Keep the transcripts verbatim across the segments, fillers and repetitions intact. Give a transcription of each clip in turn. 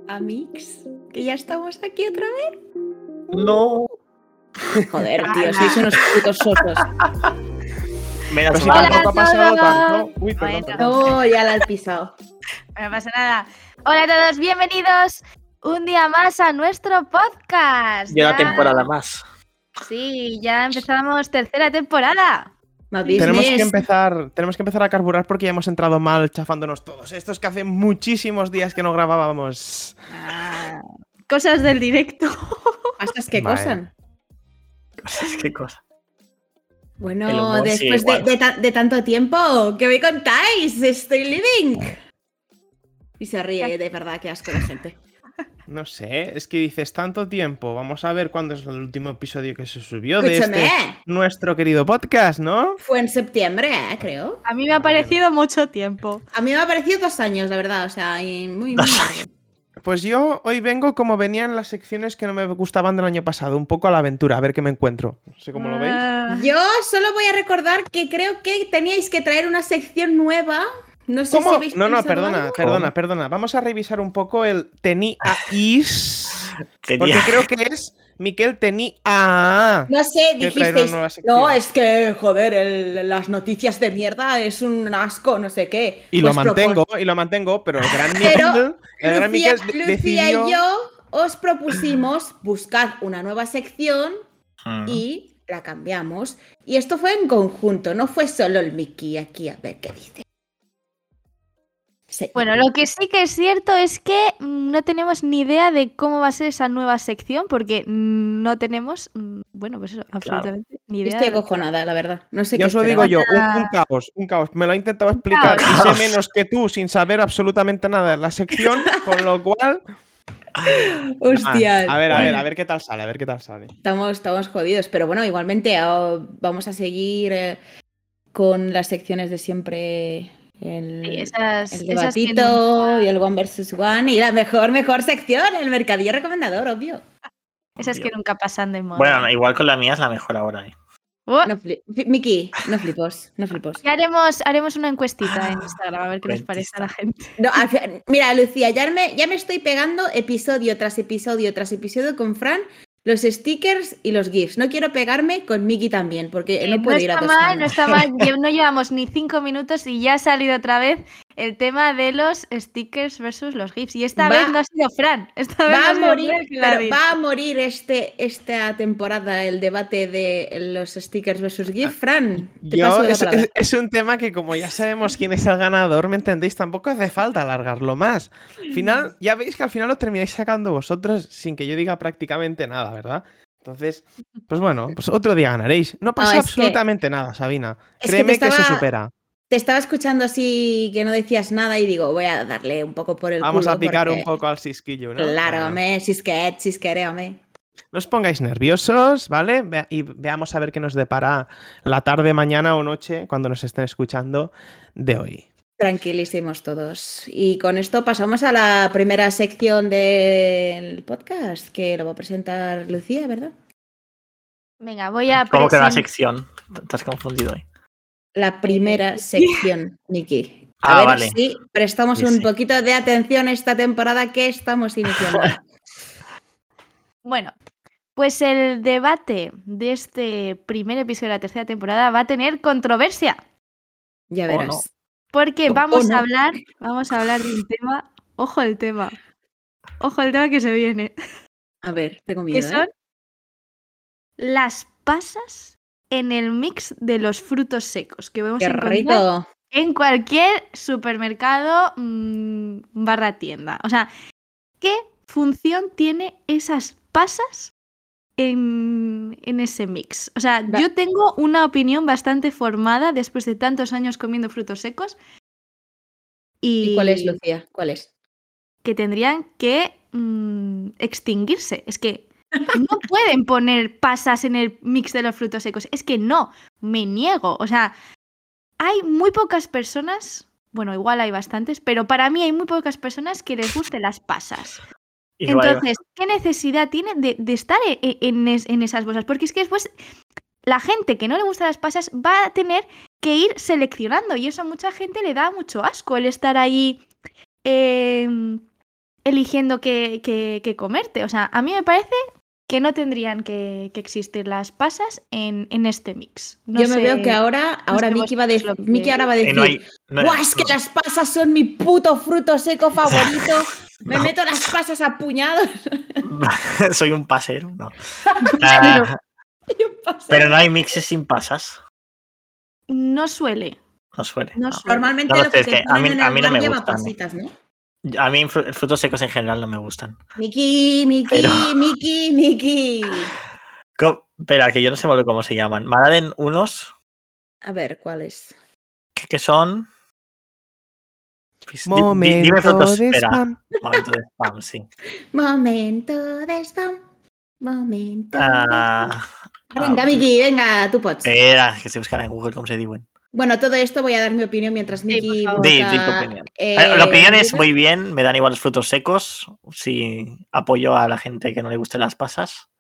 Amix, que ya estamos aquí otra vez. No. Joder, tío, sois unos putos sosos. Mira, Pero si Hola tampoco ha pasado todos. tanto. Uy, perdón, Bueno. perdón. No, ya la has pisado. No pasa nada. Hola a todos, bienvenidos un día más a nuestro podcast. Y una Ya- temporada más. Sí, ya empezamos tercera temporada. Más Tenemos business. que empezar, tenemos que empezar a carburar porque ya hemos entrado mal chafándonos todos. Esto es que hace muchísimos días que no grabábamos. Ah, cosas del directo. ¿Pastas qué Vale. cosa? Qué cosa. El Bueno, humor sigue después de, igual. de ta- de tanto tiempo, ¿qué me contáis? Estoy living. Y se ríe, de verdad, qué asco la gente. No sé, es que dices tanto tiempo. Vamos a ver cuándo es el último episodio que se subió de Escúchame, este nuestro querido podcast, ¿no? fue en septiembre, eh, creo. A mí me ha parecido mucho tiempo. A mí me ha parecido dos años, la verdad, o sea, y muy, muy largo. Pues yo hoy vengo como venía en las secciones que no me gustaban del año pasado, un poco a la aventura, a ver qué me encuentro. No sé cómo lo veis. Ah, Yo solo voy a recordar que creo que teníais que traer una sección nueva. No sé ¿Cómo? si habéis No, no, pensado perdona, algo. perdona, perdona. Vamos a revisar un poco el teníais. Tenía- Porque creo que es Miquel tenía. No sé, que traer una dijisteis, nueva sección. no, es que, joder, el- las noticias de mierda es un asco, no sé qué. Y lo Pues mantengo, y lo mantengo, pero el gran Pero Miquel, el gran Lucía, Miquel de- Lucía decidió. y yo os propusimos buscar una nueva sección Mm. y la cambiamos. Y esto fue en conjunto, no fue solo el Mickey aquí, a ver qué dice. Sí. Bueno, lo que sí que es cierto es que mm, no tenemos ni idea de cómo va a ser esa nueva sección, porque mm, no tenemos, mm, bueno, pues eso, absolutamente ni Yo idea. estoy de lo que- acojonada, la verdad. No sé Ya qué os lo esperar. digo yo, un, Ah. un caos, un caos. Me lo he intentado explicar y Caos. sé menos que tú sin saber absolutamente nada de la sección, con lo cual. Hostia. Ah, a ver, a ver, Bueno, a ver qué tal sale, a ver qué tal sale. Estamos, estamos jodidos, pero bueno, igualmente ah, vamos a seguir eh, con las secciones de siempre. El, Sí, esas- el esas que debatito nunca- y el one versus one y la mejor, mejor sección, el mercadillo recomendador, obvio. Esas que nunca pasan de moda. Bueno, igual con la mía es la mejor ahora. ¿eh? Oh, No fli- Fi- Miki, no flipos, no flipos. ya haremos, haremos una encuestita en Instagram a ver qué les parece a la Encuestista. gente. No, al fin- mira, Lucía, ya me, ya me estoy pegando episodio tras episodio tras episodio con Fran, los stickers y los GIFs. No quiero pegarme con Miki también, porque Eh, no no puedo ir a está dos mal, no semanas. está mal. Lle- No llevamos ni cinco minutos y ya ha salido otra vez el tema de los stickers versus los GIFs. Y esta Va- vez no ha sido Fran. Esta vez Va no a ha sido morir, Fran que lo ha pero dicho. va a morir este, esta temporada el debate de los stickers versus GIF. Fran, te Yo, paso la es, palabra. es- es un tema que, como ya sabemos quién es el ganador, ¿me entendéis? Tampoco hace falta alargarlo más. Al final, ya veis que al final lo termináis sacando vosotros sin que yo diga prácticamente nada, ¿verdad? Entonces, pues bueno, pues otro día ganaréis. No pasa es que- absolutamente nada, Sabina. es que Créeme te que, se estaba- supera. Te estaba escuchando así que no decías nada y digo, voy a darle un poco por el Vamos culo a picar porque- un poco al cisquillo, ¿no? Claro, Bueno. home, si es que, si es que, home. No os pongáis nerviosos, ¿vale? Ve- Y veamos a ver qué nos depara la tarde, mañana o noche, cuando nos estén escuchando, de hoy. Tranquilísimos todos. Y con esto pasamos a la primera sección del podcast, que lo va a presentar Lucía, ¿verdad? Venga, voy a ¿Cómo que la presen- sección? Te has confundido hoy. La primera sección, Niki. A Ah, ver vale. si prestamos Sí, un sí. poquito de atención esta temporada que estamos iniciando. Bueno, pues el debate de este primer episodio de la tercera temporada va a tener controversia. Ya ¿O verás. no? Porque O- vamos o no. a hablar, vamos a hablar de un tema. Ojo el tema. Ojo el tema que se viene. A ver, tengo Que miedo, son ¿eh? las pasas en el mix de los frutos secos que vemos ¡Qué encontrar rico! en cualquier supermercado mm, barra tienda. O sea, ¿qué función tiene esas pasas en, en ese mix? O sea, Va- yo tengo una opinión bastante formada después de tantos años comiendo frutos secos. Y, ¿Y cuál es, Lucía? ¿Cuál es? que tendrían que mm, extinguirse. Es que no pueden poner pasas en el mix de los frutos secos. Es que no, me niego. O sea, hay muy pocas personas, bueno, igual hay bastantes, pero para mí hay muy pocas personas que les gusten las pasas. Igual, Entonces, ¿qué necesidad tiene de, de estar e- e- en, es- en esas bolsas? Porque es que después la gente que no le gustan las pasas va a tener que ir seleccionando y eso a mucha gente le da mucho asco el estar ahí eh, eligiendo qué, qué- qué comerte. O sea, a mí me parece que no tendrían que, que existir las pasas en, en este mix. No Yo me sé- veo que ahora, no ahora sé Miki va, a vosotros dec- lo que- Miki ahora va a Y decir, no hay. no- ¡buah, es que no. las pasas son mi puto fruto seco favorito! Me No. meto las pasas a puñados. Soy un pasero, no. Ah, pero no hay mixes sin pasas. No suele. No suele. No no. suele. Normalmente No lo lo sé, que es te que a mí- ponen en a el mí no bar me lleva gustan, ¿eh? pasitas, ¿no? A mí fru- frutos secos en general no me gustan. Miki, Miki, Pero- Miki, Miki. Co- Espera, que yo no sé muy cómo se llaman. Me dan unos A ver, ¿cuál es? que, que son. Pues, di- di- Momento dime frutos. de Espera. spam. Momento de spam, sí. Momento de spam. Momento de Ah, spam. Venga, Miki, venga, tú pots. espera, que se buscan en Google cómo se diuen. Bueno, todo esto voy a dar mi opinión mientras Miki por favor. Di, busca, di tu opinión. eh, Eh, La opinión es Google. muy bien, me dan igual los frutos secos. Si apoyo a la gente que no le gusten las pasas.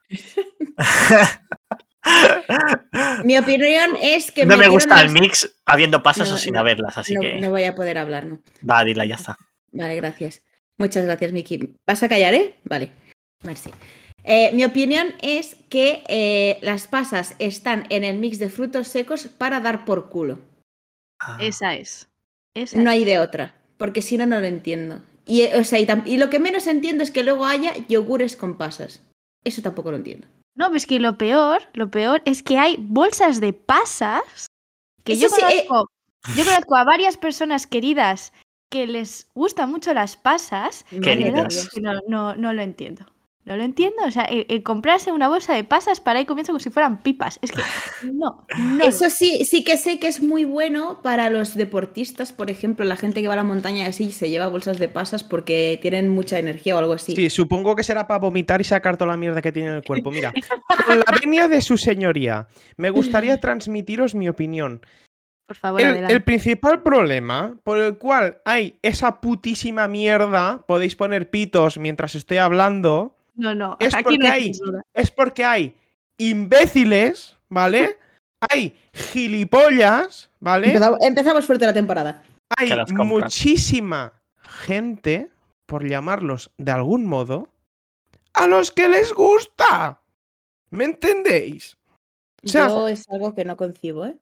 Mi opinión es que No me metieron gusta el las- mix habiendo pasas No, o sin no, haberlas, así no, que no voy a poder hablar, ¿no? va, dila, ya está. Vale, gracias. Muchas gracias, Miki. ¿Vas a callar, eh? Vale. Merci. Eh, mi opinión es que eh, las pasas están en el mix de frutos secos para dar por culo. Ah, Esa es. Esa No es. hay de otra, porque si no, no lo entiendo. Y, eh, o sea, y, tam- y lo que menos entiendo es que luego haya yogures con pasas. Eso tampoco lo entiendo. No, pues que lo peor, lo peor es que hay bolsas de pasas que Eso yo sí, eh. conozco, yo conozco a varias personas queridas que les gustan mucho las pasas. y de Queridas. verdad es que no, no, no lo entiendo. No lo entiendo. O sea, el, el comprarse una bolsa de pasas para ir comiendo como si fueran pipas. Es que no, no. Eso sí, sí que sé que es muy bueno para los deportistas, por ejemplo, la gente que va a la montaña y así se lleva bolsas de pasas porque tienen mucha energía o algo así. Sí, supongo que será para vomitar y sacar toda la mierda que tiene en el cuerpo. Mira, con la venia de su señoría, me gustaría transmitiros mi opinión. Por favor, El, adelante. el principal problema por el cual hay esa putísima mierda, podéis poner pitos mientras estoy hablando, No, no, es aquí porque no hay hay, censura. es porque hay imbéciles, ¿vale? Hay gilipollas, ¿vale? Empezamos, empezamos fuerte la temporada. Hay Que las compran. muchísima gente, por llamarlos de algún modo, a los que les gusta. ¿Me entendéis? O sea, Yo es algo que no concibo, ¿eh?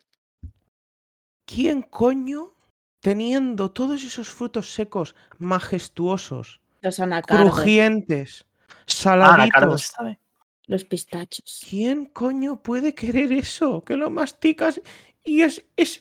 ¿quién coño, teniendo todos esos frutos secos majestuosos, Los anacardos, crujientes, Ah, la Carlos saladitos, está bien. los pistachos. quién coño puede querer eso? Que lo masticas y es... es...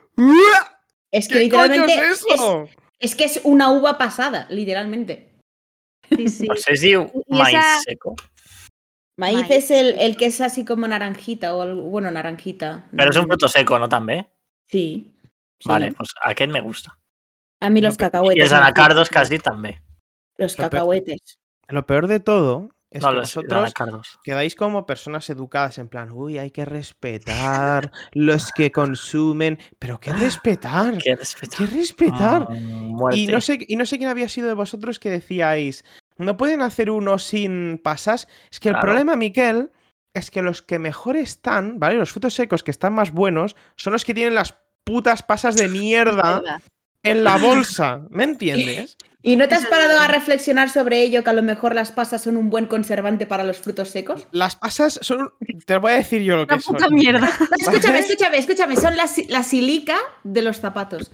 Es que ¿Qué coño literalmente es eso? es que es una uva pasada, literalmente. Sí, sí. Pues es de Y maíz esa- seco. Maíz Maíz. es el, el que es así como naranjita o algo, bueno, naranjita. Pero es un Mm, fruto seco, ¿no? También. Sí. sí. Vale, pues aquel me gusta. A mí los No, pero- cacahuetes. Y els me anacardos gustan. casi también. Los Pero- cacahuetes. Lo peor de todo es No, que los, los vosotros anacardos. quedáis como personas educadas, en plan, uy, hay que respetar los que consumen. ¿Pero qué respetar? Qué respeto. ¿Qué respetar? Mm, muerte. Y no, sé, y no sé quién había sido de vosotros que decíais, no pueden hacer uno sin pasas. Es que el Claro. problema, Miquel, es que los que mejor están, ¿vale? Los frutos secos que están más buenos son los que tienen las putas pasas de mierda Verdad. en la bolsa. ¿Me entiendes? ¿Y no te has Eso es parado a verdad. reflexionar sobre ello, que a lo mejor las pasas son un buen conservante para los frutos secos? Las pasas son. Te voy a decir yo lo que Una son. puta mierda. No, escúchame, escúchame, escúchame. Son la, si- la silica de los zapatos.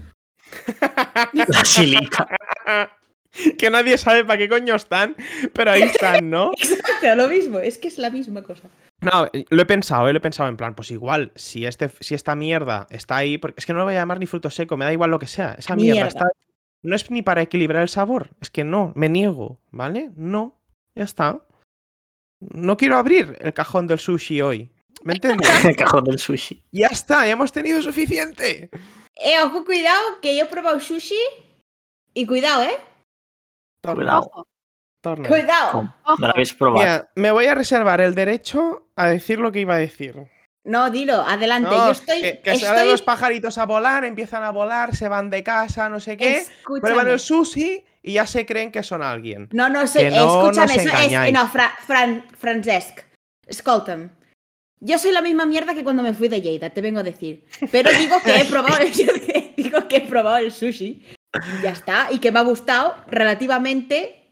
La silica. Que nadie sabe para qué coño están, pero ahí están, ¿no? Exacto, lo mismo. Es que es la misma cosa. No, lo he pensado, ¿eh? Lo he pensado en plan, pues igual, si, este, si esta mierda está ahí, porque es que no lo voy a llamar ni fruto seco, me da igual lo que sea. Esa mierda, Mierda. está ahí. No es ni para equilibrar el sabor, es que no, me niego, ¿vale? No, ya está. No quiero abrir el cajón del sushi hoy, ¿me entiendes? El cajón del sushi. Ya está, ya hemos tenido suficiente. Eh, ojo, cuidado, que yo he probado sushi. Y cuidado, ¿eh? Cuidado. Ojo, Torna. Cuidado. ¿Cómo? ojo. No lo habéis probado. Mira, me voy a reservar el derecho a decir lo que iba a decir. No, dilo, adelante. No, yo estoy. que, que se estoy... van los pajaritos a volar, empiezan a volar, se van de casa, no sé qué, Escúchame. prueban el sushi y ya se creen que son alguien. No, no, soy... Que no escúchame, nos eso es... engañáis. No, Fra- Fran, Francesc, escolta'm. Yo soy la misma mierda que cuando me fui de Lleida, te vengo a decir. Pero digo que he probado el, digo que he probado el sushi. Ya está. Y que me ha gustado relativamente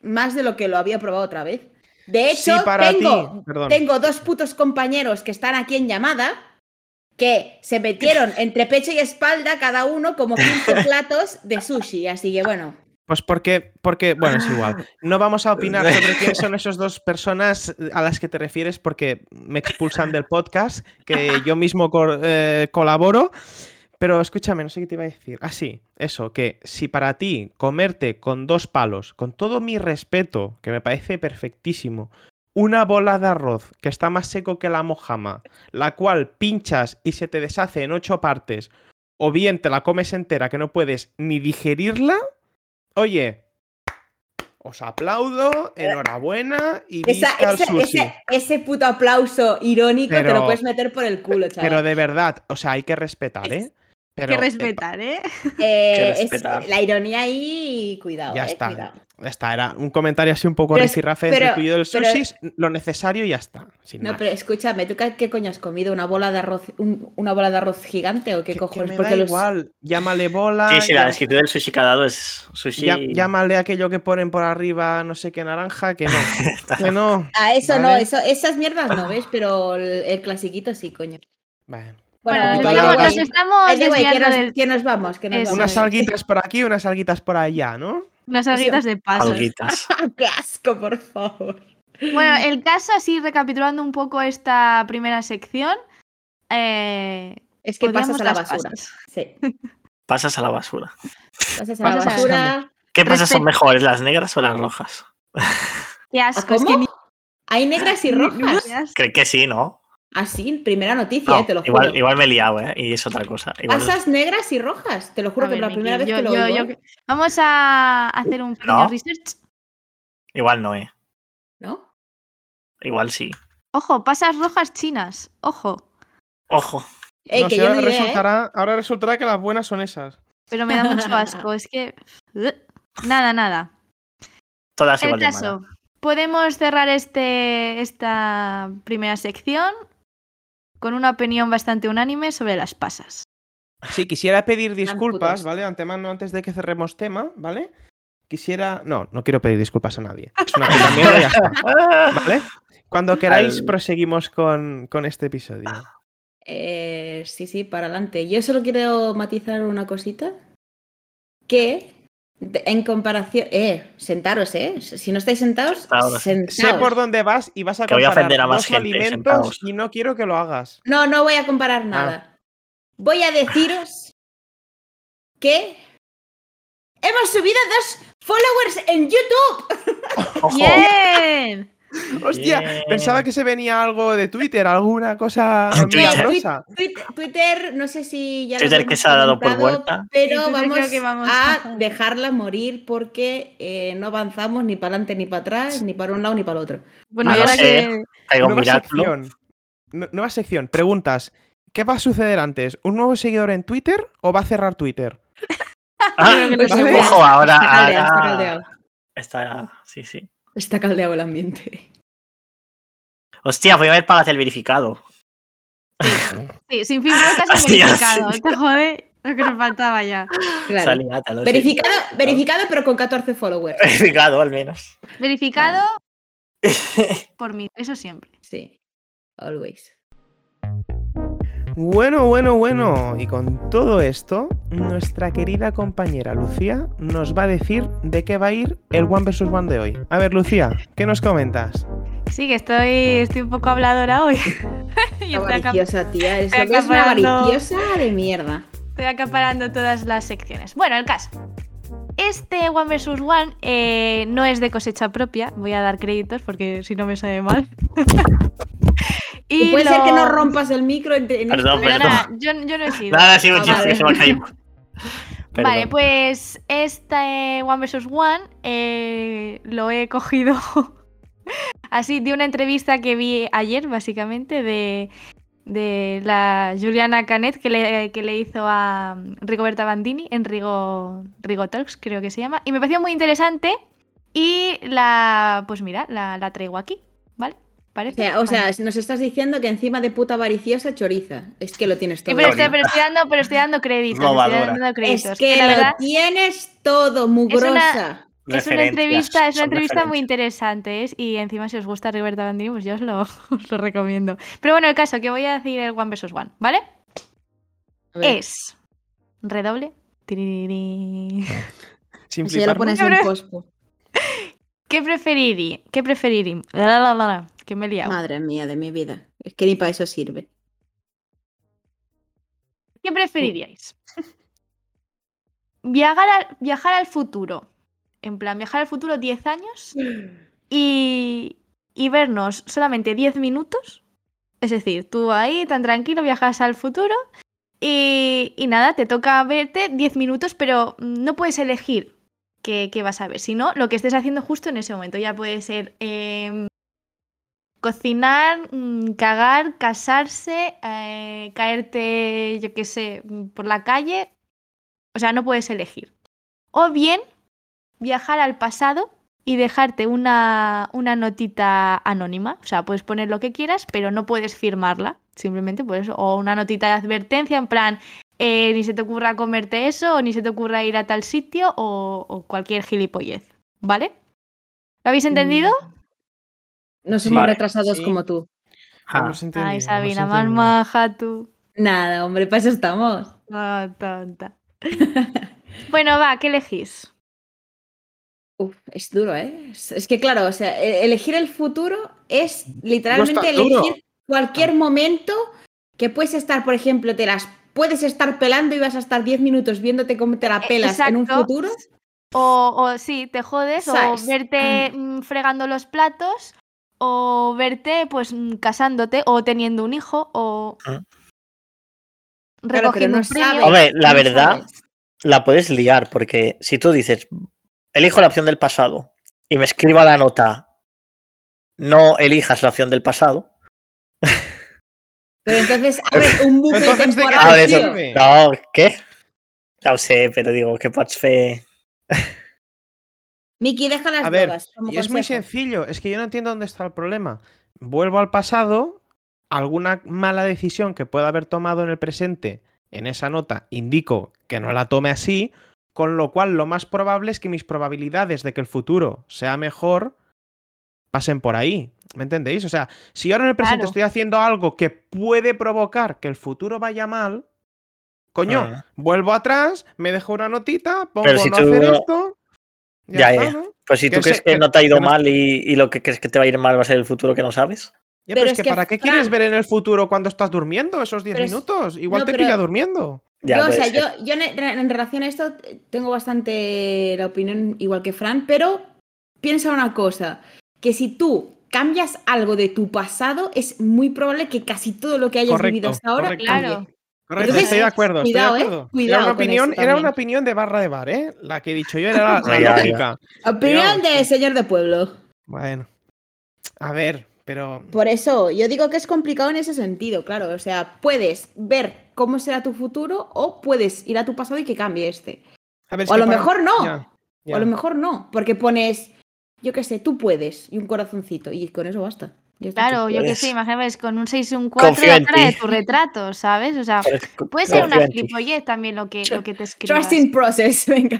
más de lo que lo había probado otra vez. De hecho, Sí, para tengo, ti. Perdón. tengo dos putos compañeros que están aquí en llamada que se metieron entre pecho y espalda cada uno como quince platos de sushi. Así que bueno. Pues porque, porque, bueno, es igual. No vamos a opinar sobre quiénes son esas dos personas a las que te refieres porque me expulsan del podcast, que yo mismo co- eh, colaboro. Pero escúchame, no sé qué te iba a decir. Ah, sí, eso, que si para ti comerte con dos palos, con todo mi respeto, que me parece perfectísimo, una bola de arroz que está más seco que la mojama, la cual pinchas y se te deshace en ocho partes, o bien te la comes entera que no puedes ni digerirla, oye, os aplaudo, enhorabuena y Esa, visca el ese, sushi. ese, ese puto aplauso irónico Pero- te lo puedes meter por el culo, chaval. Pero de verdad, o sea, hay que respetar, ¿eh? Pero, que respetar, ¿eh? Eh, que es- respetar. la ironía ahí, cuidado, Ya eh, está, cuidado. ya está. Era un comentario así un poco Pero es- rifirrafe entre pero- tú y yo del pero- sushi, lo necesario y ya está. Sin No, más. pero escúchame, ¿tú qué, qué coño has comido? ¿Una bola de arroz, un- una bola de arroz gigante o qué Que- que cojones? me Porque da los- igual, llámale bola, Sí, sí, la llá- descripción del sushi que ha dado es sushi. llá- llámale aquello que ponen por arriba, no sé qué naranja, que no. Que no. Ah, eso no, ¿vale? eso, esas mierdas no, ¿ves? Pero el, el clasiquito sí, coño. Bueno, Bueno, Bueno, poquito by the de estamos- algas. nos way, estamos by the way, que desviando nos, del- que nos vamos, que nos Eso. vamos. unas alguitas por aquí, unas alguitas por allá, ¿no? Unas alguitas de pasos. Alguitas. ¡Qué asco, por favor! Bueno, el caso, así recapitulando un poco esta primera sección. Eh, Es que odiamos pasas a la las basura. pasas. Sí, Pasas a la basura. pasas a la Pasas a la basura. ¿Qué pasas son Respet- mejores, las negras o las rojas? Qué ¿Ah, asco. Es ¿Cómo? que ni- Hay negras y ni- rojas. ni asco. Creo que sí, ¿no? Así, primera noticia, No, eh, te lo juro. igual, igual me he liado, ¿eh? Y es otra cosa. Igual... Pasas negras y rojas, te lo juro A que ver, es la Miki, primera vez yo- que lo yo- oigo. yo- ¿eh? Vamos a hacer un pequeño ¿No? research. igual no, ¿eh? ¿No? Igual sí. Ojo, pasas rojas chinas. Ojo. Ojo. Ey, No que sé, yo ahora, no diré, ¿eh? resultará, ahora resultará que las buenas son esas. Pero me da mucho asco. Es que. Nada, nada. Todas El igual de caso. malas. Podemos cerrar este, esta primera sección con una opinión bastante unánime sobre las pasas. Sí, quisiera pedir putos. disculpas, ¿vale? Antemano, antes de que cerremos tema, ¿vale? Quisiera... No, no quiero pedir disculpas a nadie. Es una puta mierda y ya está, ¿vale? Cuando queráis, Al- proseguimos con, con este episodio. Eh, sí, sí, para adelante. Yo solo quiero matizar una cosita. Que de- en comparación. Eh, sentaros, ¿eh? Si no estáis sentados, Sentaos. sentaos. Sé por dónde vas y vas a Que voy a comparar ofender a más los gente, alimentos sentaos. y no quiero que lo hagas. No, no voy a Ah. comparar nada. Voy a deciros que hemos subido dos followers en YouTube. Ojo. ¡Bien! Hostia, Bien. pensaba que se venía algo de Twitter, alguna cosa Twitter. milagrosa. Twitter, Twitter, no sé si ya lo Twitter hemos que se ha dado por comentado, muerta. pero Sí, Twitter vamos, creo que vamos a a- dejarla morir porque eh, no avanzamos ni para adelante ni para atrás, ni para un lado ni para el otro. Bueno, Ah, y no ahora sé. que. Caigo un Nueva milagro. sección. Nu- Nueva sección. Preguntas. ¿Qué va a suceder antes? ¿Un nuevo seguidor en Twitter o va a cerrar Twitter? Ah, Creo que lo sé. ojo, ahora. Está caldeado, está ahora- caldeado. Está, sí, sí. Está caldeado el ambiente. Hostia, voy a ver pagas el verificado. Sí, sin fin, casi Hostia, verificado. sí. Te jode lo que nos faltaba ya. Claro. Saliata, lo sé. Verificado, verificado, pero con catorce followers. Verificado, al menos. Verificado por mí, eso siempre. Sí, always. Bueno, bueno, bueno. Y con todo esto, nuestra querida compañera Lucía nos va a decir de qué va a ir el One versus One de hoy. A ver, Lucía, ¿qué nos comentas? Sí, que estoy, estoy un poco habladora hoy. Y Una estoy, acap- avariciosa, tía. Es, estoy lo que es una acaparando- avariciosa de mierda. estoy acaparando todas las secciones. Bueno, el caso. Este One versus One eh, no es de cosecha propia. Voy a dar créditos porque si no me sale mal. Y y puede ser lo- que no rompas el micro en, en Perdón, esto. Pero perdón. nada, yo, yo no he sido. Nada, sí, un Ah, chiste, vale. se me ha caído. Perdón. Vale, pues este One versus One eh, lo he cogido así de una entrevista que vi ayer, básicamente, de, de la Juliana Canet que le, que le hizo a Rigoberta Bandini en Rigo, Rigo Talks, creo que se llama. Y me pareció muy interesante y la, pues mira, la, la traigo aquí, ¿vale? O ¿Parece? sea, o sea, Vale. nos estás diciendo que encima de puta avariciosa choriza. Es que lo tienes Sí, todo. pero, estoy, pero, estoy dando, pero estoy dando créditos. Estoy Robadora. dando créditos. Es que, la lo verdad, tienes todo, mugrosa. Es una entrevista, es una son entrevista muy referencias. interesante, ¿eh? Y encima si os gusta Roberta Bandini, pues yo os lo, os lo recomiendo. Pero bueno, el caso, que voy a decir el One versus One, ¿vale? A ver, Es redoble. Tiriri. Sin eso ya lo flipar pones mucho. en pospo. ¿Qué preferirí? ¿Qué preferirí? La, la, la, la, que me he liado. Madre mía de mi vida. Es que ni para eso sirve. ¿Qué preferiríais? Viajar al, viajar al futuro. En plan, viajar al futuro diez años y, y vernos solamente diez minutos. Es decir, tú ahí tan tranquilo viajas al futuro y, y nada, te toca verte diez minutos, pero no puedes elegir qué, qué vas a ver, sino lo que estés haciendo justo en ese momento. Ya puede ser eh, cocinar, mm, cagar, casarse, eh, caerte, yo qué sé, por la calle. O sea, no puedes elegir. O bien viajar al pasado y dejarte una, una notita anónima. O sea, puedes poner lo que quieras, pero no puedes firmarla. Simplemente por eso. O una notita de advertencia en plan, eh, ni se te ocurra comerte eso, o ni se te ocurra ir a tal sitio, o, o cualquier gilipollez. ¿Vale? ¿Lo habéis entendido? No somos Vale, retrasados sí. como tú. Ah, Hemos entendido, Ay, hemos Sabina, más entendido. maja tú. Nada, hombre, para eso estamos. Ah, tonta. Bueno, va, ¿qué elegís? Uf, es duro, ¿eh? Es, es que claro, o sea, e- elegir el futuro es literalmente tan duro. elegir cualquier momento que puedes estar, por ejemplo, te las puedes estar pelando y vas a estar diez minutos viéndote cómo te la Eh, pelas en un exacto. futuro. O, o sí, te jodes, ¿Sabes? o verte mm, fregando los platos, o verte pues mm, casándote, o teniendo un hijo, o Ah. Claro, pero recogiendo no un premio. sabes. Hombre, la no verdad, sabes. la puedes liar, porque si tú dices, elijo la opción del pasado y me escriba la nota, no elijas la opción del pasado. Pero entonces abres un bucle Entonces, ¿de qué temporal, te A ver, tío. sirve? no, ¿qué? No sé, pero digo, que pots fer... Miki, deja las A ver, drogas como y es muy consejo. sencillo, es que yo no entiendo dónde está el problema. Vuelvo al pasado, alguna mala decisión que pueda haber tomado en el presente, en esa nota, indico que no la tome así, con lo cual lo más probable es que mis probabilidades de que el futuro sea mejor pasen por ahí. ¿Me entendéis? O sea, si yo ahora en el presente Claro. estoy haciendo algo que puede provocar que el futuro vaya mal, coño, Ah. vuelvo atrás, me dejo una notita, pongo Pero si no tú hacer no- esto. Ya, Ya, está, ya. ¿no? Pues si Que tú crees se- que que- no te ha ido que no- mal y, y lo que crees que te va a ir mal va a ser el futuro que no sabes. Ya, Pero pero es es que, que, ¿para qué Fran- quieres ver en el futuro cuando estás durmiendo esos diez Pero es- minutos? Igual no, te pero- pilla durmiendo. Ya, yo, o puede sea, ser. yo, yo en, en relación a esto tengo bastante la opinión igual que Fran, pero piensa una cosa, que si tú cambias algo de tu pasado, es muy probable que casi todo lo que hayas Correcto, vivido hasta ahora correcto. cambie. Claro. Correcto, Entonces, estoy de acuerdo, estoy cuidado, de ¿eh? acuerdo. Cuidado era, una con opinión, eso era una también. opinión de barra de bar, ¿eh? La que he dicho yo era la, la Ya, ya. lógica. Opinión Digamos, de sí. señor de pueblo. Bueno. A ver, pero... Por eso, yo digo que es complicado en ese sentido, claro. O sea, puedes ver cómo será tu futuro o puedes ir a tu pasado y que cambie este. A ver, es O a que lo para- mejor no. Ya, ya. O a lo mejor no, porque pones, yo qué sé, tú puedes y un corazoncito y con eso basta. Ya está Claro, yo qué puedes. sé, imagínate con un seis y un cuatro Confío la en cara de ti. tu retrato, ¿sabes? O sea, Pero co- puede ser confío una en ti. gilipollez también lo que, lo que te hecho. escribas. Trust in process, venga.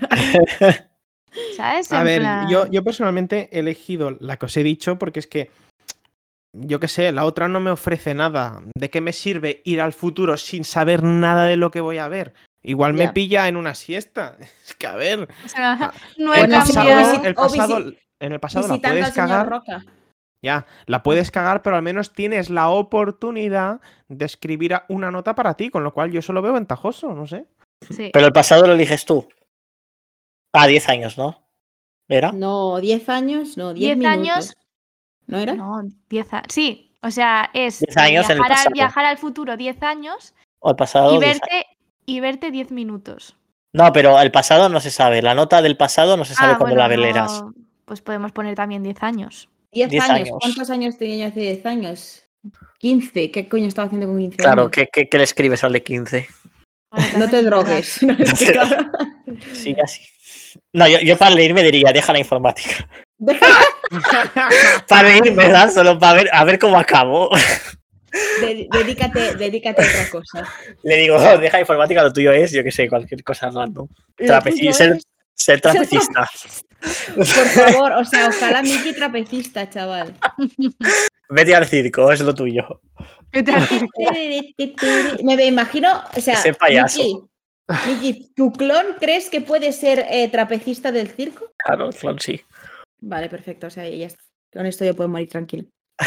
¿Sabes? A En ver, plan- yo, yo personalmente he elegido la que os he dicho porque es que, yo qué sé, la otra no me ofrece nada. ¿De qué me sirve ir al futuro sin saber nada de lo que voy a ver? Igual me Ya. pilla en una siesta. Es que, a ver, o sea, Ah, no he el Bueno, sí, pasado, o cambiado. visi- el o pasado, visi- en el pasado la Visitando puedes al señor cagar. Roca. Ya, la puedes cagar, pero al menos tienes la oportunidad de escribir a- una nota para ti, con lo cual yo eso lo veo ventajoso, no sé. Sí. Pero el pasado lo eliges tú. Ah, diez años, ¿no? ¿Era? No, diez años, no, diez Diez minutos. años. ¿No era? No, diez años. Sí, o sea, es Diez años en el viajar, al, pasado. viajar al futuro diez años O el pasado y diez años. verte, y verte diez minutos. No, pero el pasado no se sabe. La nota del pasado no se sabe Ah, cuándo bueno, la leerás. no, pues podemos poner también diez años. diez diez años. años. ¿Cuántos años tenía yo hace diez años? quince. ¿Qué coño estaba haciendo con quince Claro, años? ¿qué, qué, qué le escribes al de quince? Bueno, No también te es verdad. drogues. No, es que, claro. Sí, así. No, yo, yo para leerme diría, deja la informática. Deja- Para reírme, ¿verdad? Solo para ver, a ver cómo acabo. de- dedícate, dedícate a otra cosa. Le digo, oh, deja la informática, lo tuyo es, yo qué sé, cualquier cosa random. Lo Trapeci- tuyo ser, es ser trapecista. Por favor, o sea, ojalá Miki trapecista, chaval. Vete al circo, es lo tuyo. Vete al circo. Me imagino, o sea, Ese payaso. Miki, Miki, ¿tu clon crees que puede ser eh, trapecista del circo? Claro, el clon sí. Vale, perfecto, o sea, ya está. Con esto yo puedo morir tranquilo.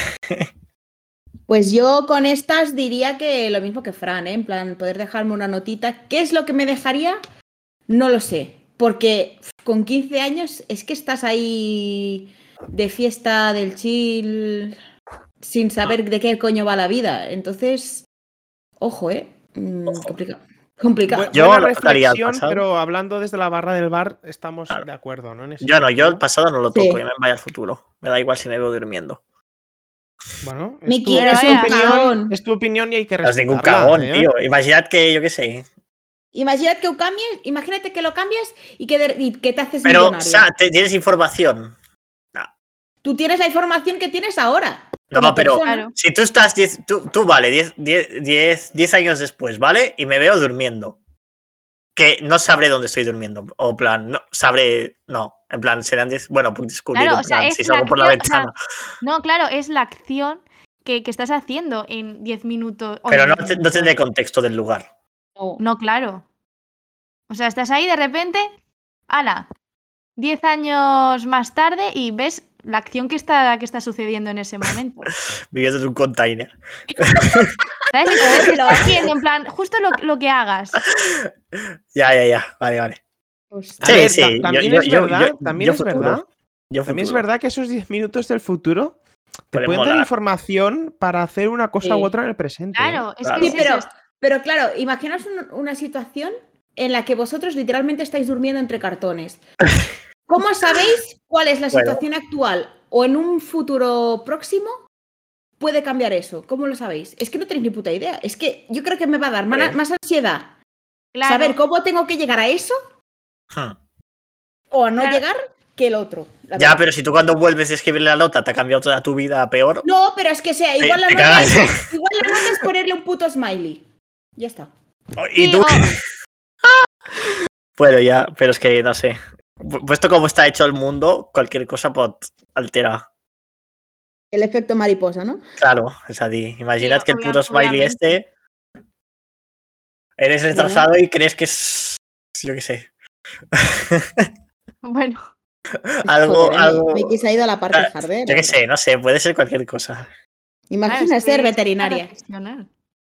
Pues yo con estas diría que lo mismo que Fran, ¿eh? En plan, poder dejarme una notita. ¿Qué es lo que me dejaría? No lo sé, porque con quince años es que estás ahí de fiesta del chill sin saber de qué coño va la vida. Entonces, ojo, ¿eh? Mm, Ojo. complicado. Complicado. Bu- Yo buena lo dejaría al reflexión, pasado. pero hablando desde la barra del bar, estamos Claro. de acuerdo, ¿no? En ese Yo no, yo sentido. el pasado no lo Sí. toco, yo me vaya al futuro. Me da igual si me veo durmiendo. Bueno, es Miki, tu, eres es tu un opinión, cagón. es tu opinión y hay que No es ningún respetarla, cagón, ¿eh? tío. Imaginad que, yo qué sé. Imagínate que lo cambies, imagínate que lo cambias y que, de- y que te haces Pero, o millonario. sea, te- tienes información. Tú tienes la información que tienes ahora. No, como pero persona. Claro. si tú estás diez, tú, tú vale, diez años después, ¿vale? Y me veo durmiendo. Que no sabré dónde estoy durmiendo. O en plan, no sabré. No, en plan, serán diez. Bueno, pues descubrir, Claro, en o sea, plan, es si la salgo por la acción, o sea, ventana. No, claro, es la acción que, que estás haciendo en diez minutos. o Pero en no, diez te- no minutos. tendré contexto del lugar. No. No, claro. O sea, estás ahí de repente, ala, diez años más tarde y ves la acción que está, que está sucediendo en ese momento. Viviendo en un container. ¿Sabes? Entonces te lo vas haciendo en plan, justo lo, lo que hagas. Ya, ya, ya. Vale, vale. Hostia. A Sí, ver, sí, ta- yo- también yo- es yo- verdad, yo- también yo es futuro. verdad, Yo también es futuro. verdad que esos diez minutos del futuro te Pueden pueden dar molar. información para hacer una cosa Sí. u otra en el presente. ¿eh? Claro, es Claro. que Sí, es pero, eso, es- pero claro, imaginaos un- una situación en la que vosotros literalmente estáis durmiendo entre cartones. ¿Cómo sabéis cuál es la Bueno. situación actual o en un futuro próximo puede cambiar eso? ¿Cómo lo sabéis? Es que no tenéis ni puta idea. Es que yo creo que me va a dar mana- Sí. más ansiedad claro. saber cómo tengo que llegar a eso Hmm. o a no Claro. llegar que el otro. la Ya, verdad. pero si tú cuando vuelves a escribir la nota te ha cambiado toda tu vida a peor. No, pero es que sea, igual la te nota cagas. es, igual la nota es ponerle un puto smiley. Ya está. Y Sí, tú. o- Bueno, ya, pero es que no sé. Pu- Puesto como está hecho el mundo, cualquier cosa pot altera. El efecto mariposa, ¿no? Claro, es así. Imaginad Sí, que el obvia- puto smiley obviamente. este. Eres retrasado y crees que es. Yo qué sé. bueno, algo. Joder, algo Miki se ha ido a la parte Ah, hard, ¿eh? yo qué sé, no sé, puede ser cualquier cosa. Imagina claro, es ser que es veterinaria. para reflexionar.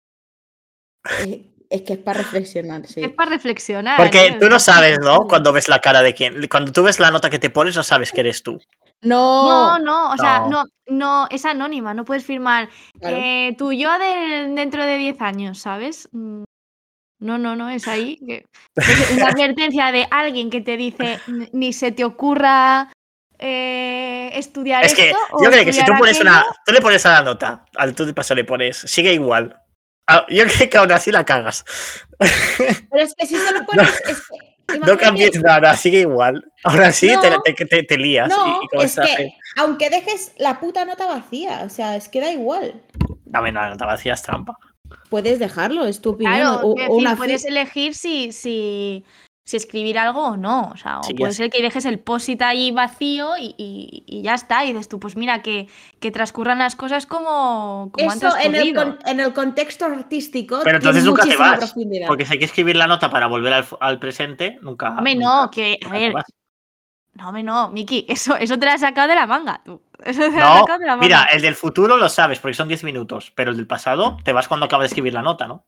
Es, es que es para reflexionar, sí. Es para reflexionar. Porque ¿eh? tú no Es para sabes, ¿no? pensarlo. Cuando ves la cara de quién. Cuando tú ves la nota que te pones, no sabes que eres tú. No, No, no, o sea, No. no, no, es anónima, no puedes firmar Claro. eh, tu yo de, dentro de diez años, ¿sabes? Mm, No, no, no, es ahí. que- es una advertencia de alguien que te dice "N- ni se te ocurra eh, estudiar Es que esto o yo creo que si tú estudiar pones aquello". una. Tú le pones a la nota, al tú de paso le pones, sigue igual. Ah, yo creo que aún así la cagas. pero es que si se lo pones. Es que, No imagínate- cambies nada, sigue igual. Aún así No. te, te, te- te lías. No, y, y es comienzas a hacer- que aunque dejes la puta nota vacía, o sea, es que da igual. Dame una nota vacía, es trampa. Puedes dejarlo, es tu opinión. Claro, o, quiero o decir, una puedes fi- elegir si, si, si escribir algo o no. O sea, o Sí, ya puede sé. ser que dejes el post-it ahí vacío y, y- y ya está. Y dices tú, pues mira, que, que transcurran las cosas como, como han Eso en el, transcurrido. con- en el contexto artístico. Pero entonces tiene nunca te muchísima vas. profundidad. Porque si hay que escribir la nota para volver al, al presente, nunca. Hombre, nunca- no, que, a nunca te ver, vas. no, hombre, no, Miki, eso, eso te lo has sacado de la manga, tú. Eso te lo has No, sacado de la manga. mira, el del futuro lo sabes porque son diez minutos, pero el del pasado te vas cuando acaba de escribir la nota, ¿no?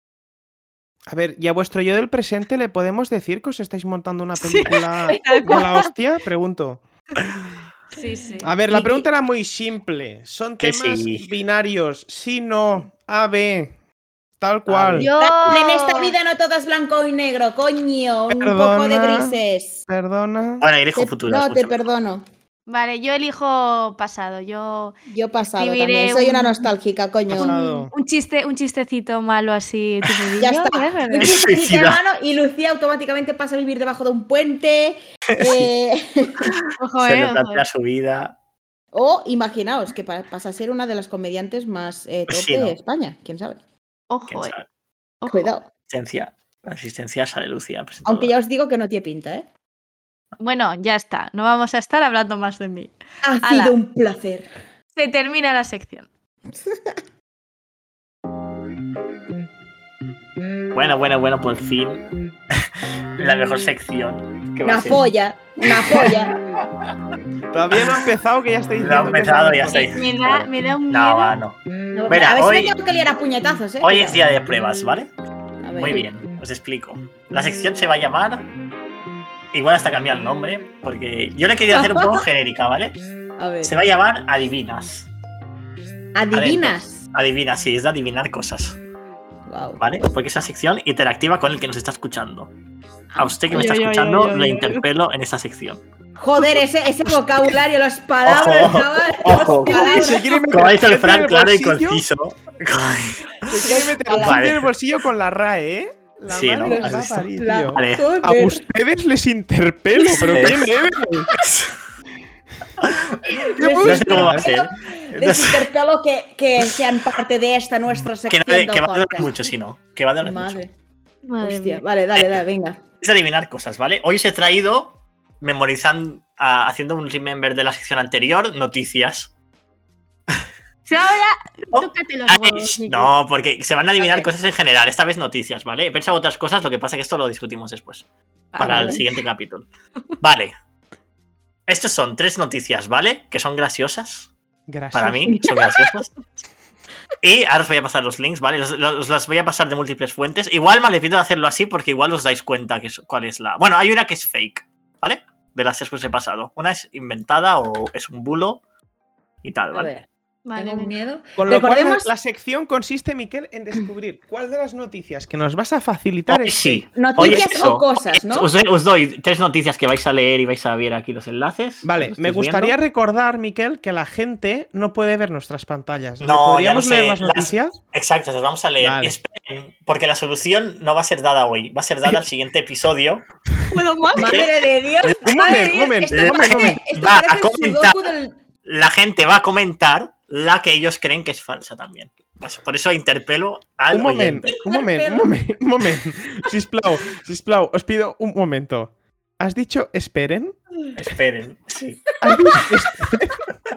A ver, ¿y a vuestro yo del presente le podemos decir que os estáis montando una Sí, película tal de cual. la hostia? Pregunto. Sí, sí. A ver, la Miki. pregunta era muy simple. Son Que temas sí. binarios. Sí, no, A, B. Tal cual. Yo... En esta vida no todo es blanco y negro, coño. Un poco de Perdona. grises. Perdona. Bueno, elijo Te- futuro. no, es te mucho mejor. perdono. Vale, yo elijo pasado. Yo Yo pasado Escribiré también. Soy una un- nostálgica, coño. Pasado. un, un chiste, un chistecito malo así. timidillo, Ya está. ¿eh? Un chistecito de Suicida. mano y Lucía automáticamente pasa a vivir debajo de un puente. eh, Ojo, Se eh, le ojo, plantea eh. su vida. o imaginaos que pa- pasa a ser una de las comediantes más eh, top Sí, ¿no? de España. ¿Quién sabe? ¿Quién Ojo, eh. sabe? Ojo. Cuidado. Asistencia. La asistencia sale Lucía. Aunque presentadora. ya os digo que no tiene pinta, ¿eh? Bueno, ya está. No vamos a estar hablando más de mí. Ha Ala. sido un placer. Se termina la sección. Bueno, bueno, bueno, por fin. La mejor sección. que va a Una ser. polla, una polla. Todavía no ha empezado, que ya estoy Lo ha diciendo. que es empezado la y ya mejor. está. Me da, me da un No, miedo. va, no. No, Mira, a ver hoy- si me tengo que liar a puñetazos, ¿eh? Hoy es día de pruebas, ¿vale? A ver. Muy bien, os explico. La sección se va a llamar. Igual hasta cambiar el nombre, porque yo le he querido hacer un poco genérica, ¿vale? A ver. Se va a llamar Adivinas. ¿Adivinas? Adivinas, sí, es de adivinar cosas, Wow. ¿vale? Porque es una sección interactiva con el que nos está escuchando. A usted que me Ay, está ay, ay, escuchando, ay, ay, le ay. interpelo en esa sección. Joder, ese, ese vocabulario, las palabras, Ojo, chaval. ojo. Las palabras. Se quiere meter Como ha dicho el gente en Fran, el claro y bolsillo, conciso. Se quiere meter el Vale. en el bolsillo con la R A E, ¿eh? La Sí, madre ¿no? que ¿Has va a visto? parir, La- tío. Vale. A Joder. ustedes les interpelo, pero Sí. ¿qué nivel? ¿Qué No sé cómo va a buscas? ser. Les interpelo que, que sean parte de esta nuestra Que, sección. no de- del que va a durar podcast. mucho, si no. Que va a durar mucho. Madre. Madre Hostia, mía. vale, dale, dale, venga. Es adivinar cosas, ¿vale? Hoy os he traído, memorizando, ah, haciendo un remember de la sección anterior, noticias. Si ahora, Oh, tócate los Ay, huevos. Miki. no, porque se van a adivinar Ok. cosas en general, esta vez noticias, ¿vale? He pensado otras cosas, lo que pasa es que esto lo discutimos después, Ah, para vale. el siguiente capítulo. Vale. Estos son tres noticias, ¿vale? Que son graciosas. Gracias. Para mí, son graciosas. Y ahora os voy a pasar los links, ¿vale? Os, os las voy a pasar de múltiples fuentes. Igual me pido hacerlo así porque igual os dais cuenta que es, cuál es la... Bueno, hay una que es fake, ¿vale? De las tres que os he pasado. Una es inventada o es un bulo y tal, A ¿vale? ver, Vale, tengo venga. miedo. Con lo cual, la, Recordemos, la sección consiste, Miquel, en descubrir cuál de las noticias que nos vas a facilitar Hoy es sí. fake. noticias Hoy eso. o cosas, ¿no? Os, os doy tres noticias que vais a leer y vais a ver aquí los enlaces. Vale, ¿Los me estáis gustaría viendo? recordar, Miquel, que la gente no puede ver nuestras pantallas. ¿Le No, ya ¿Podríamos lo sé, leer las las- noticias? Exacto, las vamos a leer. Vale. Y esperen, porque la solución no va a ser dada hoy, va a ser dada al siguiente episodio. ¿Puedo más? Madre de Dios. Un madre de momento, un Dios, momento, esto un parece- momento. esto Va parece a el comentar. sudoku del- La gente va a comentar la que ellos creen que es falsa también. Pues por eso interpelo al Un momento, oyente. un momento, un momento, un momento. Sisplau, sisplau, os pido un momento. ¿Has dicho esperen? Esperen, sí. ¿Has dicho esperen?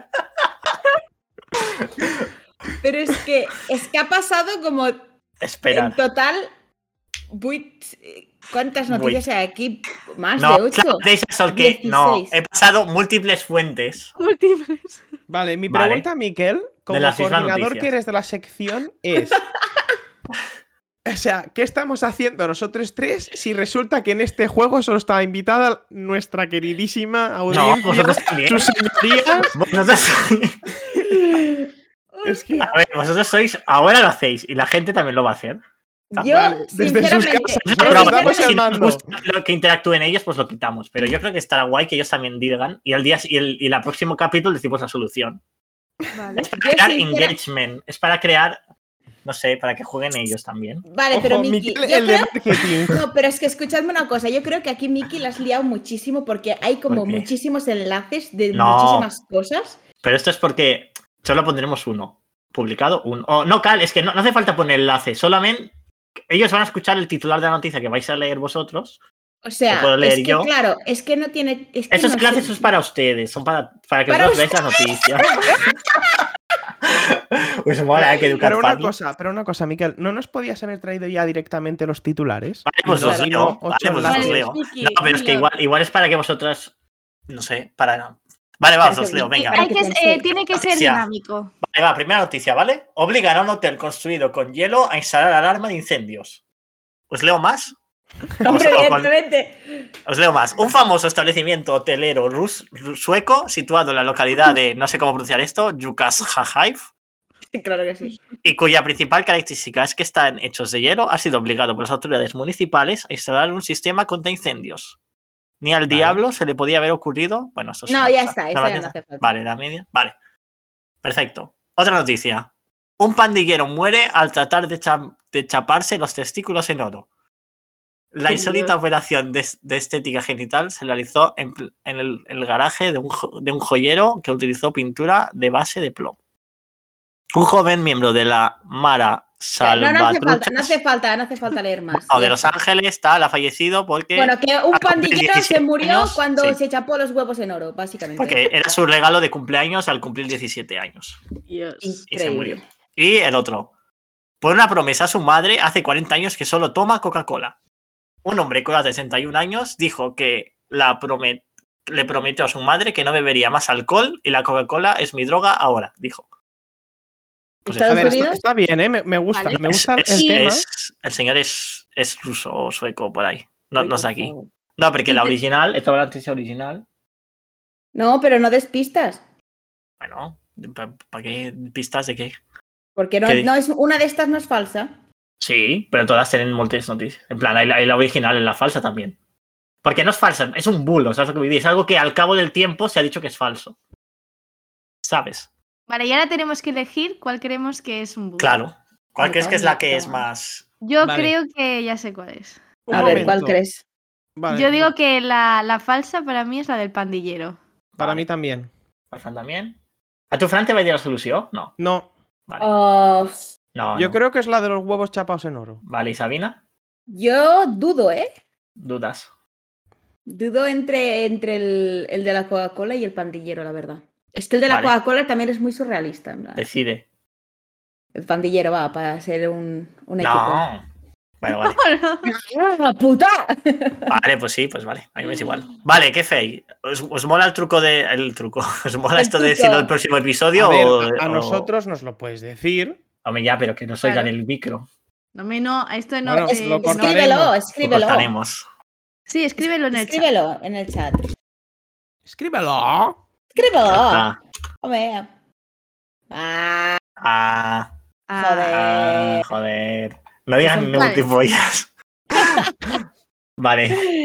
Pero es que, es que ha pasado como en Esperar. total. vuit- ¿Cuántas noticias hay aquí? Más No, de ocho. claro, de esas son que no, dieciséis. he pasado múltiples fuentes. Múltiples. Vale, mi Vale. pregunta, Miquel, como las mismas coordinador noticias. que eres de la sección, es. O sea, ¿qué estamos haciendo nosotros tres si resulta que en este juego solo estaba invitada nuestra queridísima No, audiencia? vosotros también. sus señorías? Vosotros, Es que. a ver, vosotros sois, ahora lo hacéis y la gente también lo va a hacer. Yo, Vale, desde sus sinceramente, casas, yo pero Pero os damos sinceramente- el si nos mando. gusta lo que interactúen ellos, pues lo quitamos. Pero yo creo que estará guay que ellos también digan y el día y el, y el próximo capítulo decimos la solución. Vale. Es para Yo crear sincera- engagement, es para crear, no sé, para que jueguen ellos también. Vale, pero Ojo, Miki, Miquel, yo el de creo- marketing. No, pero es que escuchadme una cosa. Yo creo que aquí Miki la has liado muchísimo porque hay como ¿Por qué? muchísimos enlaces de No. muchísimas cosas. Pero esto es porque solo pondremos uno. Publicado uno. O no, Cal, es que no, no hace falta poner enlace, solamente ellos van a escuchar el titular de la noticia que vais a leer vosotros. O sea, Lo puedo leer es que yo. claro, es que no tiene. Es que Esos no enlaces sé- son para ustedes, son para, para que Para vosotros veáis la noticia. Pues mola, hay que educar Pero una fans. cosa, pero una cosa, Miquel, ¿no nos podías haber traído ya directamente los titulares? Vale, pues Y los no leo. ocho Vale, pues los enlaces. Vale, leo. Miki, No, pero es que dilo. igual, igual es para que vosotras. No sé, para. Vale, va, os los leo, venga. Para Hay que que, pensé. eh, tiene que ser Noticia. dinámico. Vale, va, primera noticia, ¿vale? Obligan a un hotel construido con hielo a instalar alarma de incendios. ¿Os leo más? Hombre, o con- evidentemente. Os leo más. Un famoso establecimiento hotelero rus, ru- sueco situado en la localidad de, no sé cómo pronunciar esto, Yukasjajaiv, Claro que sí. y cuya principal característica es que están hechos de hielo, ha sido obligado por las autoridades municipales a instalar un sistema contra incendios. Ni al Vale. diablo se le podía haber ocurrido. Bueno, esto es No, una ya cosa. está, ¿No eso la ya no tienes? hace falta. Vale, la media. Vale. Perfecto. Otra noticia. Un pandillero muere al tratar de, cha- de chaparse los testículos en oro. La Qué insólita Dios. operación de, de estética genital se realizó en, pl- en el, el garaje de un, jo- de un joyero que utilizó pintura de base de plomo. Un joven miembro de la Mara Salvatrucha. No, no hace falta, no hace falta, no hace falta leer más. No, de Los Ángeles, tal, ha fallecido porque. Bueno, que un ha cumplido pandillero se diecisiete murió años, cuando sí, se chapó los huevos en oro, básicamente. porque era su regalo de cumpleaños al cumplir diecisiete años. Dios. Y se Increíble. murió. Y el otro. Por una promesa a su madre, hace cuarenta años que solo toma Coca-Cola. Un hombre con sesenta y un años dijo que la promet- le prometió a su madre que no bebería más alcohol y la Coca-Cola es mi droga ahora, dijo. Pues Estados A ver, Unidos. está, está bien, ¿eh? Me, me gusta, Vale. me gusta es, el tema. es- el señor es, es ruso o sueco por ahí. No, Ay, no es de por aquí. favor. No, porque la original, esta es la noticia original. No, pero no des pistas. Bueno, ¿para qué pistas de qué? Porque no, ¿Qué? no es, una de estas no es falsa. Sí, pero todas tienen múltiples noticias. En plan, hay la, hay la original y la falsa también. Porque no es falsa, es un bulo, ¿sabes lo que voy a decir? Es algo que al cabo del tiempo se ha dicho que es falso. ¿Sabes? Vale, y ahora tenemos que elegir cuál creemos que es un bug. Claro. ¿Cuál Me crees cago que es en la la que puta es madre. más. Yo Vale. creo que ya sé cuál es. Un A ver, ¿cuál momento. crees? Vale, Yo digo que la, la falsa para mí es la del pandillero. Para Vale. mí también. ¿Para Fran también? ¿A tu Fran te va a ir la solución? No. No, Vale. Oh, no, yo no. creo que es la de los huevos chapados en oro. Vale, ¿y Sabina? yo dudo, ¿eh? Dudas. Dudo entre, entre el, el de la Coca-Cola y el pandillero, la verdad. Es que el de la Vale. Coca-Cola también es muy surrealista. en plan. Decide. El pandillero va para ser un, un equipo. No. Bueno, vale. ¡Ah, puta! Vale, pues sí, pues vale. A mí me es igual. Vale, qué fey. ¿Os, os mola el truco de. El truco. ¿Os mola El esto de truco. decirlo el próximo episodio? A ver, o, a, a o- nosotros nos lo puedes decir. Hombre, ya, pero que nos oigan Claro. el micro. No me no, esto no. Bueno, te- lo no- cortaremos. Escríbelo, Lo escríbelo. cortaremos. Sí, escríbelo en el chat. Escríbelo en el chat. Escríbelo. Escríbelo. Ah, Hombre. Ah, ah, Ah, joder. ah, joder. No digan Son ningún vale. tipo de ellas. Vale.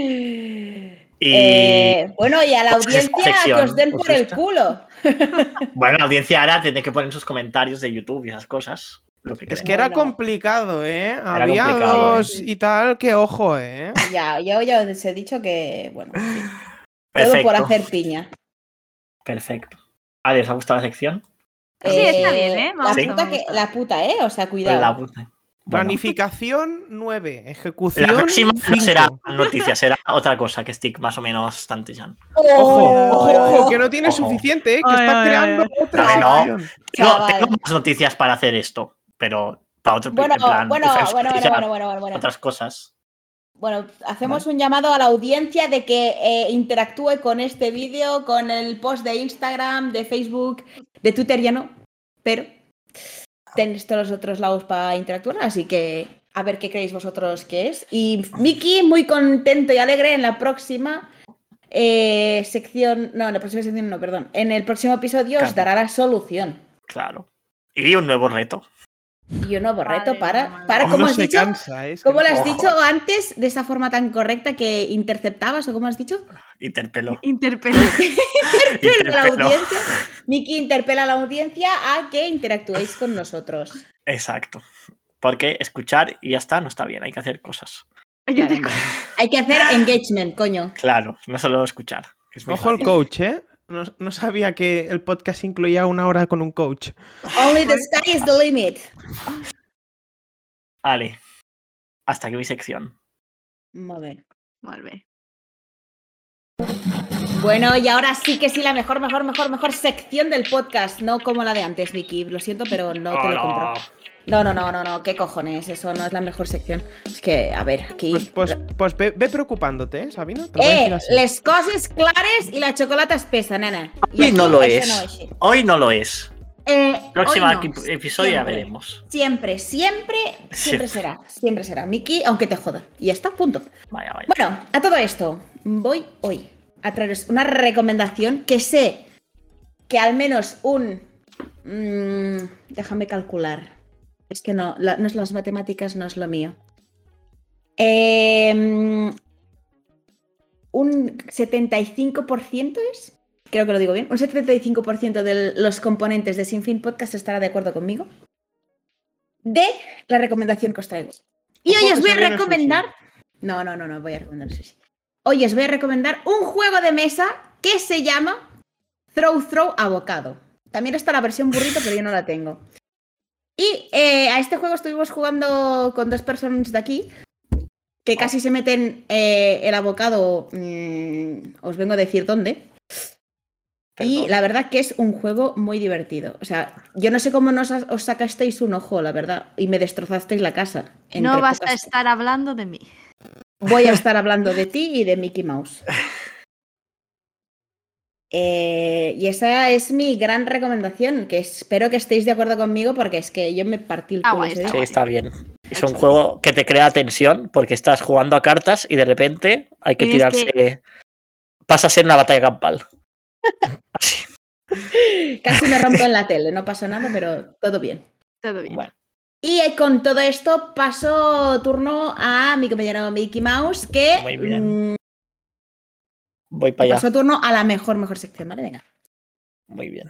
Y. Eh, bueno, y a la Pues esta audiencia que sección, os den pues por el esta. culo. Bueno, la audiencia ahora tiene que poner en sus comentarios de YouTube y esas cosas. Lo que Es creen. que era Bueno. complicado, ¿eh? Había complicado, dos y tal, que ojo, ¿eh? Ya, yo ya os he dicho que, bueno, sí, todo Perfecto. por hacer piña. Perfecto. Ale, ¿os ha gustado la sección? Sí, está bien, ¿eh? Me La, gusta, Sí. puta me que, gusta. la puta, ¿eh? O sea, cuidado. La puta. Bueno, Planificación nueve, ejecución. la próxima no cinco. será noticias, será otra cosa que estic más o menos tantillan. Ojo, ojo, Oh, ojo, que no tiene Ojo. suficiente, ¿eh? Que Ay, está ay, creando ay. otra No, no. sección. Tengo, Chaval. tengo más noticias para hacer esto, pero para otro Bueno, en plan, bueno, diferentes bueno, bueno, noticias, bueno, bueno, bueno, bueno. otras cosas. Bueno, hacemos un llamado a la audiencia de que eh, interactúe con este vídeo, con el post de Instagram, de Facebook, de Twitter ya no, pero tenéis todos los otros lados para interactuar, así que a ver qué creéis vosotros que es. Y Miki, muy contento y alegre en la próxima eh, sección, no, en la próxima sección no, perdón, en el próximo episodio os Claro. dará la solución. Claro. Y un nuevo reto. Y un nuevo Madre reto para, mía. para Uno como has se dicho, cansa, ¿eh? Es que ¿cómo no- lo has Ojo. dicho antes de esa forma tan correcta que interceptabas o cómo has dicho? Interpelo. Interpelo. Interpela a la Interpelo. audiencia. Miki interpela a la audiencia a que interactuéis con nosotros. Exacto. Porque escuchar y ya está, no está bien, hay que hacer cosas. Yo te- Hay que hacer engagement, coño. Claro, no solo escuchar. que es muy Ojo el fácil. coach, ¿eh? No, no sabía que el podcast incluía una hora con un coach. Only the sky is the limit. Vale. Hasta aquí mi sección. Muy bien. Molt bé. Bueno, y ahora sí que sí, la mejor, mejor, mejor, mejor sección del podcast. No como la de antes, Vicky. Lo siento, pero no te lo Oh, compro. No, no, no, no, no. ¿Qué cojones? Eso no es la mejor sección. Es que, a ver, aquí... Pues, pues, pues ve, ve preocupándote, ¿eh, Sabina? Te lo voy a Eh, decir así. les coses clares y la chocolata espesa, nena. Y Hoy aquí no lo eso es. no es. Hoy no lo es. Eh, Próximo hoy no. equi- episodio ya Siempre. veremos. Siempre, siempre, siempre Siempre. será. Siempre será. Miki, aunque te joda. Y ya está, punto. Vaya, vaya. Bueno, a todo esto, voy hoy a traeros una recomendación que sé que al menos un... mm, déjame calcular. Es que no, la- no es las matemáticas, no es lo mío. Eh, un setenta y cinco por ciento es, creo que lo digo bien, un setenta y cinco por ciento de los componentes de Sin Fin Podcast estará de acuerdo conmigo de la recomendación que os traigo. Y Ojo hoy que os voy se a viene recomendar... sushi. No, no, no, no, voy a recomendar sushi. Hoy os voy a recomendar un juego de mesa que se llama Throw Throw Avocado. También está la versión burrito, pero yo no la tengo. Y eh, a este juego estuvimos jugando con dos personas de aquí que casi se meten eh, el abocado. Mmm, os vengo a decir dónde. Perdón. Y la verdad que es un juego muy divertido. O sea, yo no sé cómo nos as- os sacasteis un ojo, la verdad, y me destrozasteis la casa. No entre vas a pocas- estar hablando de mí. Voy a estar hablando de ti y de Mickey Mouse. Eh, y esa es mi gran recomendación, que espero que estéis de acuerdo conmigo porque es que yo me partí el Ah, culo guay, ese está día. Sí, está bien. Es un juego que te crea tensión porque estás jugando a cartas y de repente hay que Tienes tirarse. Pasa a ser una batalla campal. Así. Casi me rompo en la tele, no pasa nada, pero todo bien. Todo bien. Bueno, Y eh, con todo esto paso turno a mi compañero Mickey Mouse, que Muy bien. mm, voy para allá. paso turno a la mejor, mejor sección, ¿vale? Venga. Muy bien.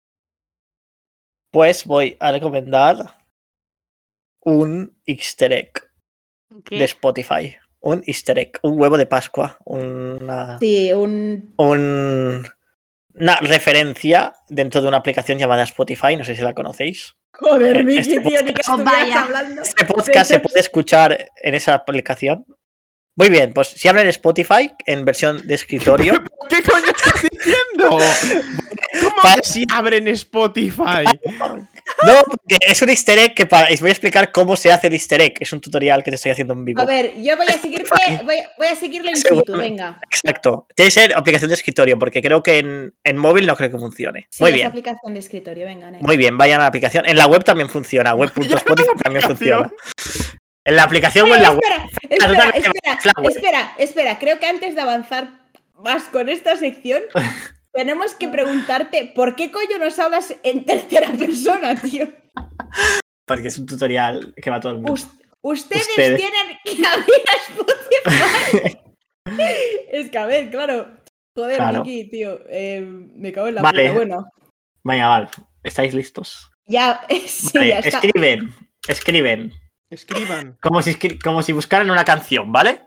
Pues voy a recomendar un easter egg ¿Qué? de Spotify. Un easter egg, un huevo de Pascua, una, Sí, un... un- una referencia dentro de una aplicación llamada Spotify, no sé si la conocéis. Joder, Eh, Mickey, este tío, ni que Oh, estuvieras vaya. hablando. Este podcast se puede escuchar en esa aplicación. Muy bien, pues si hablan Spotify en versión de escritorio, ¿Qué coño estás diciendo? ¿Cómo Pa- que si abren Spotify? no, porque es un easter egg que para, os voy a explicar cómo se hace el easter egg. Es un tutorial que te estoy haciendo en vivo. A ver, yo voy a seguirte, voy, voy a seguirlo in situ, Seguramente. venga. Exacto. Tiene que ser aplicación de escritorio, porque creo que en, en móvil no creo que funcione. Sí, Muy es bien. aplicación de escritorio, venga. next. Muy bien, vayan a la aplicación. En la web también funciona. Web.spotify también funciona. En la aplicación o en la web. Espera, espera, totalmente espera, es la web. espera, espera. Creo que antes de avanzar más con esta sección, tenemos que preguntarte por qué coño nos hablas en tercera persona, tío. Porque es un tutorial que va todo el mundo. Us- ustedes, Ustedes. tienen que abrir Spotify. Es que a ver, claro. Joder, Claro. Miki, tío. eh, me cago en la Vale. puta. Bueno, Venga, vale. ¿Estáis listos? ya, sí, Vale, ya está. escriben. Escriben. Escriban. Como si, escri- como si buscaran una canción, ¿vale?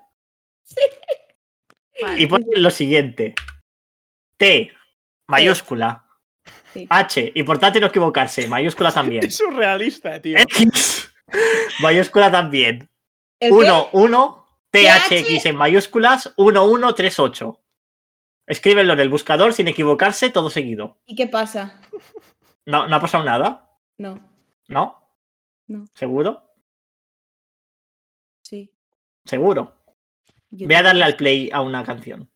Vale. Y ponen lo siguiente. T, mayúscula. Sí. H, importante no equivocarse, mayúscula también. Es surrealista, tío. X, mayúscula también. ¿El qué? uno, uno, T H T X H en mayúsculas, uno uno tres ocho. Escríbelo en el buscador sin equivocarse, todo seguido. ¿Y qué pasa? No, no ha pasado nada, No, ¿no? no, ¿Seguro? sí. Seguro. Yo Voy a tampoco. darle al play a una canción.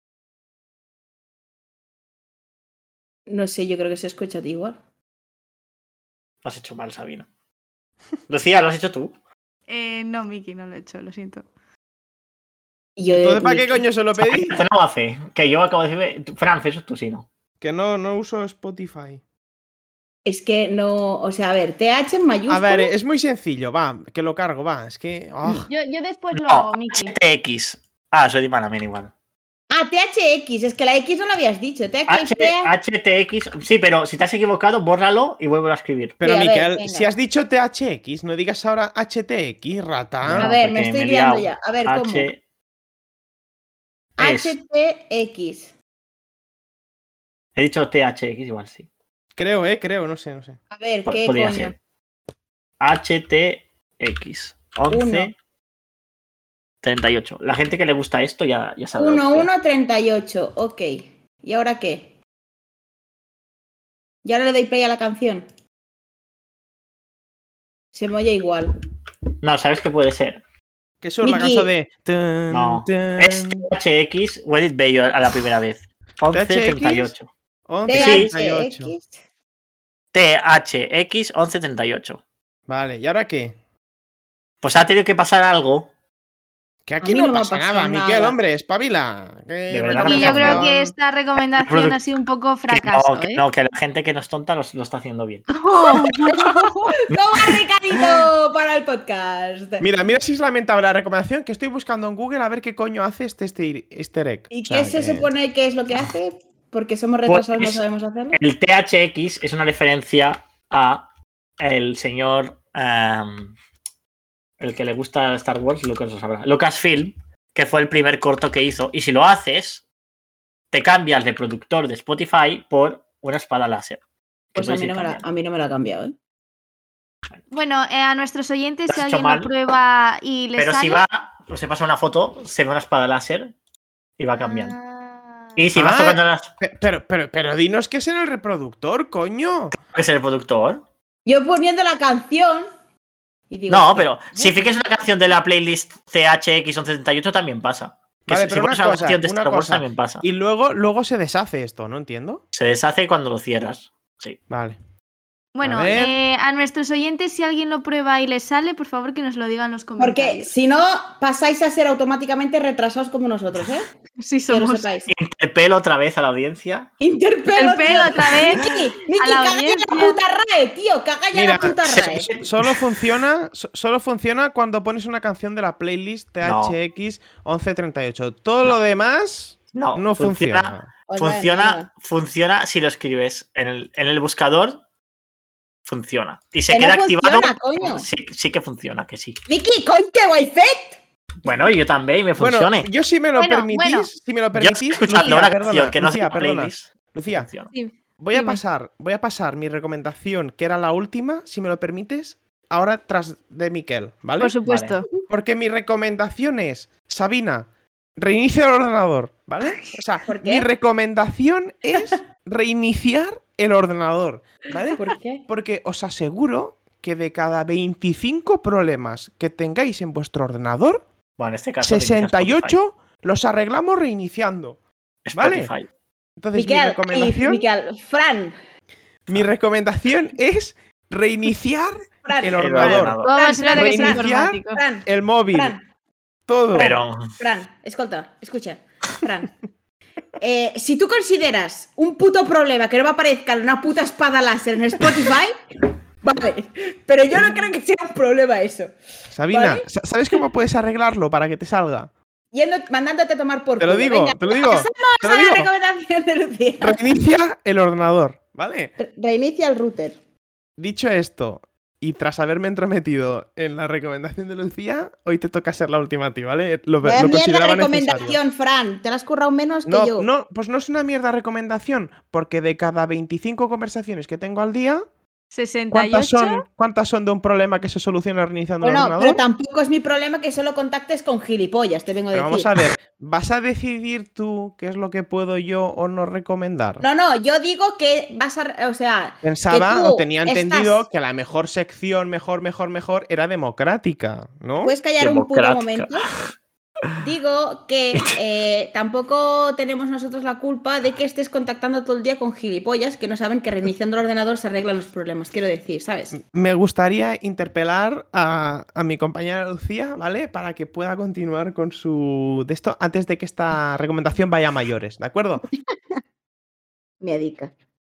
No sé, yo creo que se escucha a ti igual. Lo has hecho mal, Sabina. Lucía, ¿lo has hecho tú? Eh, no, Miki, no lo he hecho, lo siento. Y yo, Entonces, ¿para qué Miki, coño se lo pedí? Sabina, no hace. Que yo acabo de decir. Fran, eso tú sí, ¿no? Que no, no uso Spotify. Es que no, o sea, a ver, T H en mayúscula. A ver, es muy sencillo, va, que lo cargo, va. Es que. ah. Yo, yo después lo No, hago, Miki. H T X. Ah, soy de Manamen igual. Ah, T H X, es que la X no lo habías dicho. T H H, T. H T X. Sí, pero si te has equivocado, bórralo y vuelvo a escribir. Pero, Sí, a ver, Miquel, venga. si has dicho T H X, no digas ahora H T X, rata. A No, ver, me porque estoy he liando liado. ya. A ver, ¿cómo? H. Es- H T X. He dicho T H X, igual sí. Creo, eh, creo, no sé, no sé. A ver, Po- ¿qué Podría coño? ser. H T X. once. treinta y ocho. La gente que le gusta esto ya, ya sabe. lo uno que- uno treinta y ocho, ok. ¿Y ahora qué? ¿Y ahora le doy play a la canción? Se me oye igual. No, ¿sabes qué puede ser? Que eso es la Miki. canción de. Tun, No. tun, Es T H X, When It Bello a la primera vez. once treinta y ocho. once T Sí. treinta y H ocho. X. T H X once treinta y ocho. Vale, ¿y ahora qué? Pues ha tenido que pasar algo. Que aquí A mí no, no me ha pasa pasado nada, nada. Miquel, hombre, espabila. Que De verdad, Y yo creo recomendación. que esta recomendación ha sido un poco Que fracaso, no, que ¿eh? no, que la gente que no es tonta lo, lo está haciendo bien. ¡Toma, recadito para el podcast! Mira, mira si es lamentable la recomendación que estoy buscando en Google a ver qué coño hace este este easter egg. ¿Y O sea, qué se que- supone que es lo que hace? Porque somos retrasados, Pues, no sabemos hacerlo. El T H X es una referencia a el señor um, el que le gusta Star Wars, Lucas lo sabrá, Lucasfilm, que fue el primer corto que hizo. Y si lo haces, te cambias de productor de Spotify por una espada láser. que Pues a puedes mí, ir no me la, cambiando. a mí no me la ha cambiado, ¿eh? Bueno, eh, a nuestros oyentes, Lo si has hecho alguien lo mal. prueba y les Pero sale... si va, pues se pasa una foto, se ve una espada láser y va cambiando. Ah. Y si vas Ah, tocando las. pe- Pero, pero, pero dinos que es en el reproductor, coño. ¿Qué es el productor? Yo poniendo la canción y digo, No, "Hostia, pero si fijes una canción de la playlist C H X once setenta y ocho también pasa. Que Vale, si pero pones una una cosa, canción de una Star Wars cosa. también pasa. Y luego, luego se deshace esto, ¿no entiendo? Se deshace cuando lo cierras. Sí. Vale. Bueno, A ver. eh, a nuestros oyentes, si alguien lo prueba y les sale, por favor que nos lo digan en los porque comentarios. si no pasáis a ser automáticamente retrasados como nosotros, ¿eh? Sí Que lo somos. sepáis. Interpelo otra vez a la audiencia. Interpelo, El pelo tío. otra vez. Miki, Miki, a la caga ya audiencia. la puta R A E, tío, caga ya Mira, la puta se- R A E. se- Solo funciona, so- solo funciona cuando pones una canción de la playlist T H X once treinta y ocho. Todo lo demás No, no funciona. funciona. Os vaya Funciona, mierda. funciona si lo escribes en el, en el buscador. Funciona. Y se Que no queda activado. funciona, coño. Sí, sí que funciona, que sí. Miki, coite, Wi-Fi. Bueno, yo también, y me Bueno, funcione. yo si me lo Bueno, permitís, bueno. si me lo Yo permitís, estoy escuchando Lucía, una perdona, canción que no Lucía, sea perdona. playlist. Lucía, Funciona. Sí. voy a Dime. pasar, voy a pasar mi recomendación, que era la última, si me lo permites, ahora tras de Miquel, ¿vale? Por supuesto. Porque mi recomendación es, Sabina, reinicia el ordenador, ¿vale? O sea, ¿Por qué? mi recomendación es reiniciar el ordenador, ¿vale? ¿Por qué? Porque os aseguro que de cada veinticinco problemas que tengáis en vuestro ordenador, Bueno, en este caso. sesenta y ocho los arreglamos reiniciando. ¿vale? Spotify. Entonces, mi Miquel, recomendación, Miquel, Fran, mi recomendación es reiniciar Fran, el El ordenador, ordenador. Vamos, Fran, espérate que soy reiniciar. informático. Fran, el móvil, Fran, todo. Pero. Fran, escolta, escucha, Fran. Eh, si tú consideras un puto problema que no me aparezca una puta espada láser en Spotify, vale, pero yo no creo que sea un problema eso. Sabina, ¿vale? sa- ¿sabes cómo puedes arreglarlo para que te salga? Yendo, mandándote a tomar por Te lo culo. digo, Venga, te lo digo, pasamos te a lo la digo. recomendación de Lucía. Reinicia el ordenador, ¿vale? Re- Reinicia el router. Dicho esto, y tras haberme entrometido en la recomendación de Lucía, hoy te toca ser la última a ti, ¿vale? Lo, Vaya lo mierda consideraba recomendación, necesario. Fran. Te la has currado menos que No, yo. no, pues no es una mierda recomendación, porque de cada veinticinco conversaciones que tengo al día, sesenta y ¿cuántas ocho. son, ¿cuántas son de un problema que se soluciona reiniciando el Bueno, ordenador? pero tampoco es mi problema que solo contactes con gilipollas, te vengo a Pero decir. vamos a ver, ¿vas a decidir tú qué es lo que puedo yo o no recomendar? No, no, yo digo que vas a. O sea. Pensaba que tú o tenía entendido estás- que la mejor sección, mejor, mejor, mejor, era democrática, ¿no? ¿Puedes callar un puto Democrática. momento? Digo que eh, tampoco tenemos nosotros la culpa de que estés contactando todo el día con gilipollas que no saben que reiniciando el ordenador se arreglan los problemas, quiero decir, ¿sabes? Me gustaría interpelar a, a mi compañera Lucía, ¿vale? Para que pueda continuar con su de esto antes de que esta recomendación vaya a mayores, ¿de acuerdo? Me adica.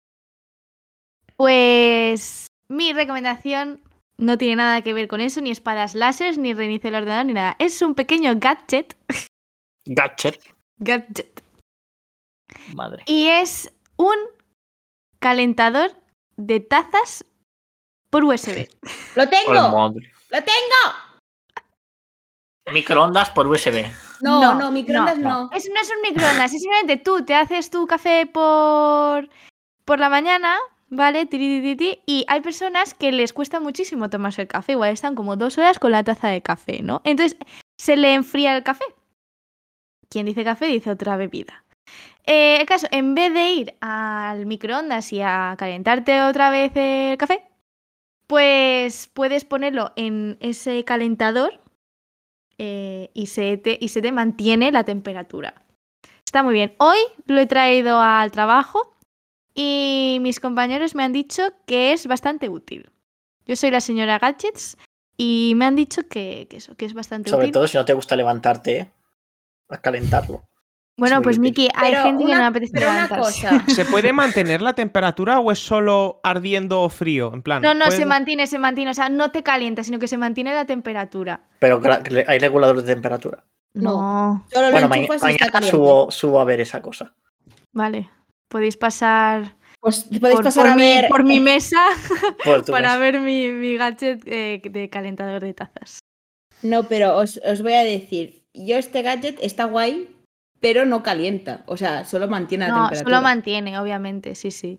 Pues mi recomendación no tiene nada que ver con eso, ni espadas láser, ni reinicio el ordenador, ni nada. Es un pequeño gadget. Gadget. Gadget. Madre. Y es un calentador de tazas por U S B. ¡Lo Oh, tengo! madre. ¡Lo tengo! Microondas por U S B. No, No, no, microondas no, no. Es, no es un microondas, es simplemente tú te haces tu café por, por la mañana, ¿vale? Tirititi, y hay personas que les cuesta muchísimo tomarse el café, igual están como dos horas con la taza de café, ¿no? Entonces se le enfría el café. Quien dice café dice otra bebida. Eh, el caso, en vez de ir al microondas y a calentarte otra vez el café, pues puedes ponerlo en ese calentador eh, y, se te, y se te mantiene la temperatura. Está muy bien. Hoy lo he traído al trabajo y mis compañeros me han dicho que es bastante útil. Yo soy la señora Gadgets y me han dicho que, que eso, que es bastante Sobre útil. todo si no te gusta levantarte a calentarlo. Bueno, muy pues útil. Miki, hay Pero gente que una- no le apetece pero una levantarse. cosa. ¿Se puede mantener la temperatura o es solo ardiendo o frío? En plan, No, no, ¿puedes- se mantiene, se mantiene. O sea, no te calienta, sino que se mantiene la temperatura. Pero gra- hay reguladores de temperatura. No. Solo Bueno, lo ma- enchufas y está mañana caliente. subo, subo a ver esa cosa. Vale. Podéis pasar, Pues podéis por, pasar por a mi, ver. por mi mesa Por tu para mesa. ver mi, mi gadget eh, de calentador de tazas. No, pero os, os voy a decir, yo este gadget está guay, pero no calienta. O sea, solo mantiene la No, temperatura. solo mantiene, obviamente, sí, sí.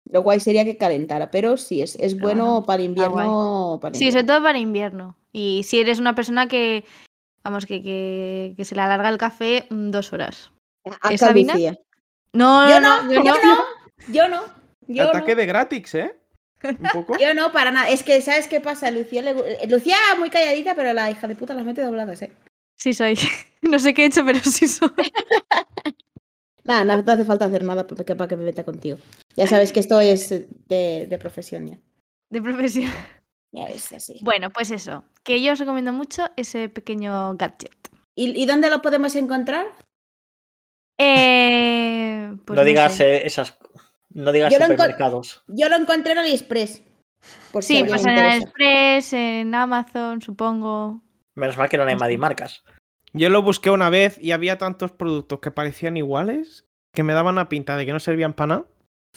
Lo guay sería que calentara, pero sí, es, es Pero bueno bueno, para el invierno. Para el Sí, sobre invierno. todo para invierno. Y si eres una persona que, vamos, que, que, que se le alarga el café mm, dos horas. A ¿Es Sabina? Lucía. No, Yo no, no, yo yo no. no, yo no, yo Ataque no. de gratis, ¿eh? Un poco. Yo no, para nada. Es que, ¿sabes qué pasa? Lucía, le gu- eh, Lucía muy calladita, pero la hija de puta las mete dobladas, ¿eh? Sí soy. No sé qué he hecho, pero sí soy. Nada, no, no hace falta hacer nada para que, para que me meta contigo. Ya sabes que esto es de, de profesión ya. De profesión. Ya ves, así. Bueno, pues eso. Que yo os recomiendo mucho ese pequeño gadget. ¿Y, y dónde lo podemos encontrar? Eh, pues no digas sé. eh, esas. No digas Yo lo encon- supermercados. Yo lo encontré en AliExpress. Por si Sí, a alguien pues le en interesa. AliExpress, en Amazon, supongo. Menos mal que no hay Madimarcas. Yo lo busqué una vez y había tantos productos que parecían iguales que me daban la pinta de que no servían para nada.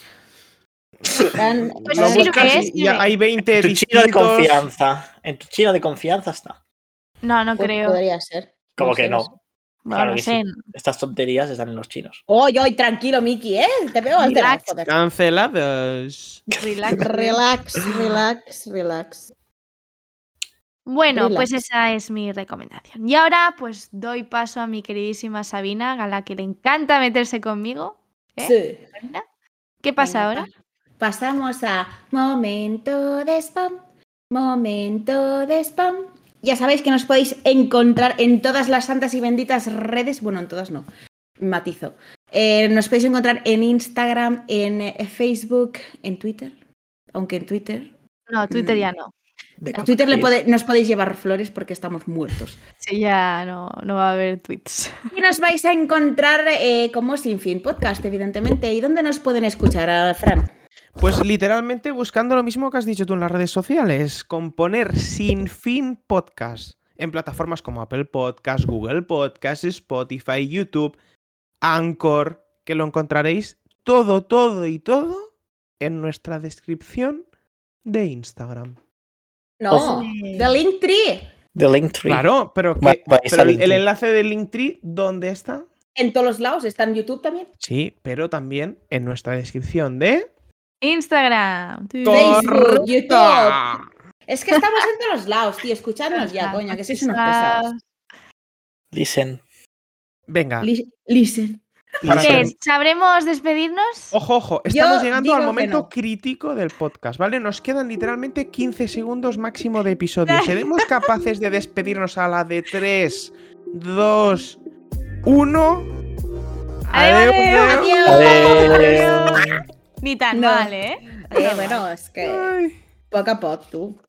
Están- Pues Lo sirve, buscas ¿eh? y ya Sirve. hay veinte En tu chino de distintos. confianza. En tu chino de confianza está. No, no pues creo. podría ser. Como No que sé, no. no sé. Bueno, Claro no que sé. sí. Estas tonterías están en los chinos. Oye, oye, tranquilo, Miki, ¿eh? Te veo alterado, Relax. joder. Cancelados. Relax. Relax, relax, relax. Bueno, Relax. pues esa es mi recomendación. Y ahora pues doy paso a mi queridísima Sabina, a la que le encanta meterse conmigo. ¿Eh? Sí. Sabina, ¿qué pasa Venga, ahora? pa- Pasamos a momento de spam. Momento de spam. Ya sabéis que nos podéis encontrar en todas las santas y benditas redes. Bueno, en todas no. Matizo. Eh, nos podéis encontrar en Instagram, en eh, Facebook, en Twitter. Aunque en Twitter. No, Twitter ya no. De A Twitter le compartir. pode- nos podéis llevar flores porque estamos muertos. Sí, ya no, no va a haber tweets. Y nos vais a encontrar eh, como Sin Fin Podcast, evidentemente. ¿Y dónde nos pueden escuchar, a Fran? Pues literalmente buscando lo mismo que has dicho tú en las redes sociales, con poner Sin Fin Podcast en plataformas como Apple Podcast, Google Podcast, Spotify, YouTube, Anchor, que lo encontraréis todo, todo y todo en nuestra descripción de Instagram. No, Ojo. de Linktree. The Linktree. Claro, pero, Va- que, vais pero al el, el Linktree. enlace del Linktree, ¿dónde está? En todos los lados, está en YouTube también. Sí, pero también en nuestra descripción de... Instagram. Facebook, YouTube. ¡Correcto! Es que estamos en todos los lados, tío. Escuchadnos ya, coño, que sois unos pesados. Listen. Venga, Li- Listen. para ¿Qué? term- ¿Sabremos despedirnos? Ojo, ojo, estamos Yo llegando al digo que momento no. crítico del podcast, ¿vale? Nos quedan literalmente quince segundos máximo de episodio. ¿Seremos capaces de despedirnos a la de tres, dos, uno? Adiós, Adiós. Adiós. Ni tan No. mal, ¿eh? Eh, bueno, es que Ay. poco a poco, tú.